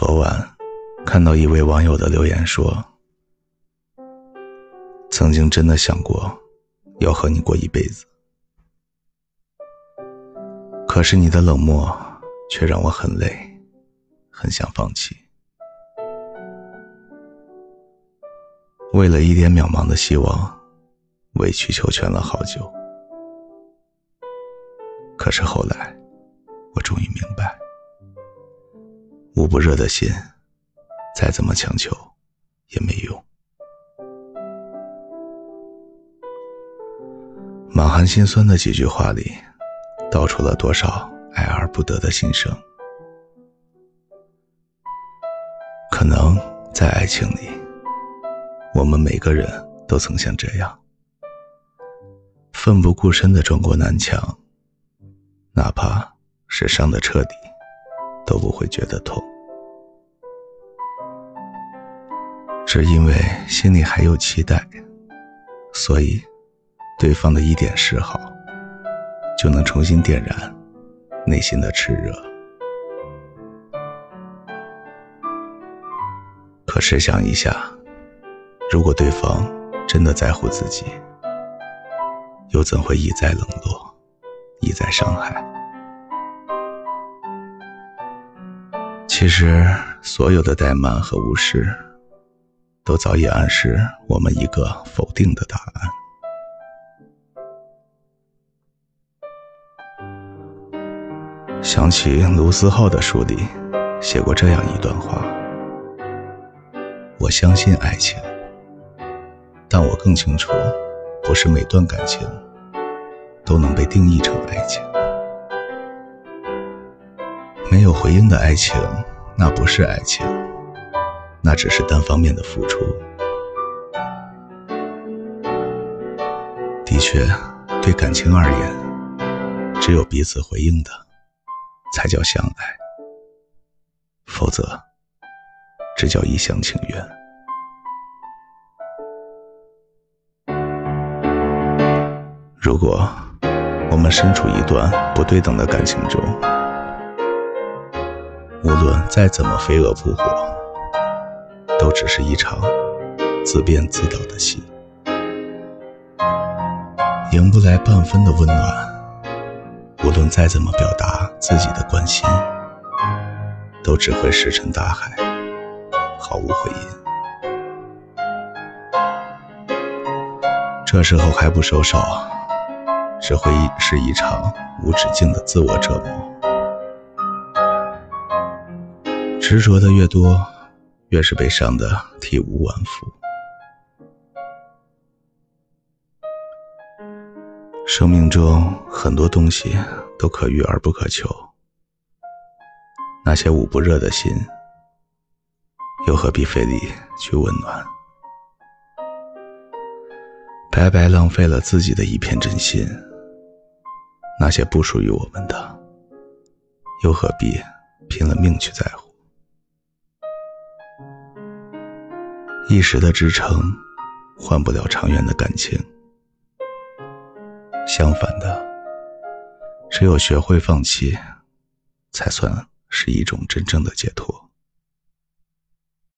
昨晚看到一位网友的留言说，曾经真的想过要和你过一辈子，可是你的冷漠却让我很累，很想放弃。为了一点渺茫的希望，委曲求全了好久。可是后来我终于明白，捂不热的心再怎么强求也没用。满含心酸的几句话里，道出了多少爱而不得的心声。可能在爱情里，我们每个人都曾像这样奋不顾身地撞过南墙，哪怕是伤得彻底，都不会觉得痛。只因为心里还有期待，所以对方的一点示好就能重新点燃内心的炽热。可试想一下，如果对方真的在乎自己，又怎会一再冷落，一再伤害？其实所有的怠慢和无视，都早已暗示我们一个否定的答案。想起卢思浩的书里写过这样一段话：我相信爱情，但我更清楚，不是每段感情都能被定义成爱情。没有回应的爱情，那不是爱情，那只是单方面的付出。的确，对感情而言，只有彼此回应的才叫相爱，否则只叫一厢情愿。如果我们身处一段不对等的感情中，无论再怎么飞蛾扑火，都只是一场自编自导的戏，赢不来半分的温暖。无论再怎么表达自己的关心，都只会石沉大海，毫无回音。这时候还不收手，只会是一场无止境的自我折磨。执着的越多，越是被伤得体无完肤。生命中很多东西都可遇而不可求，那些捂不热的心，又何必费力去温暖？白白浪费了自己的一片真心，那些不属于我们的，又何必拼了命去在乎？一时的支撑换不了长远的感情，相反的，只有学会放弃，才算是一种真正的解脱。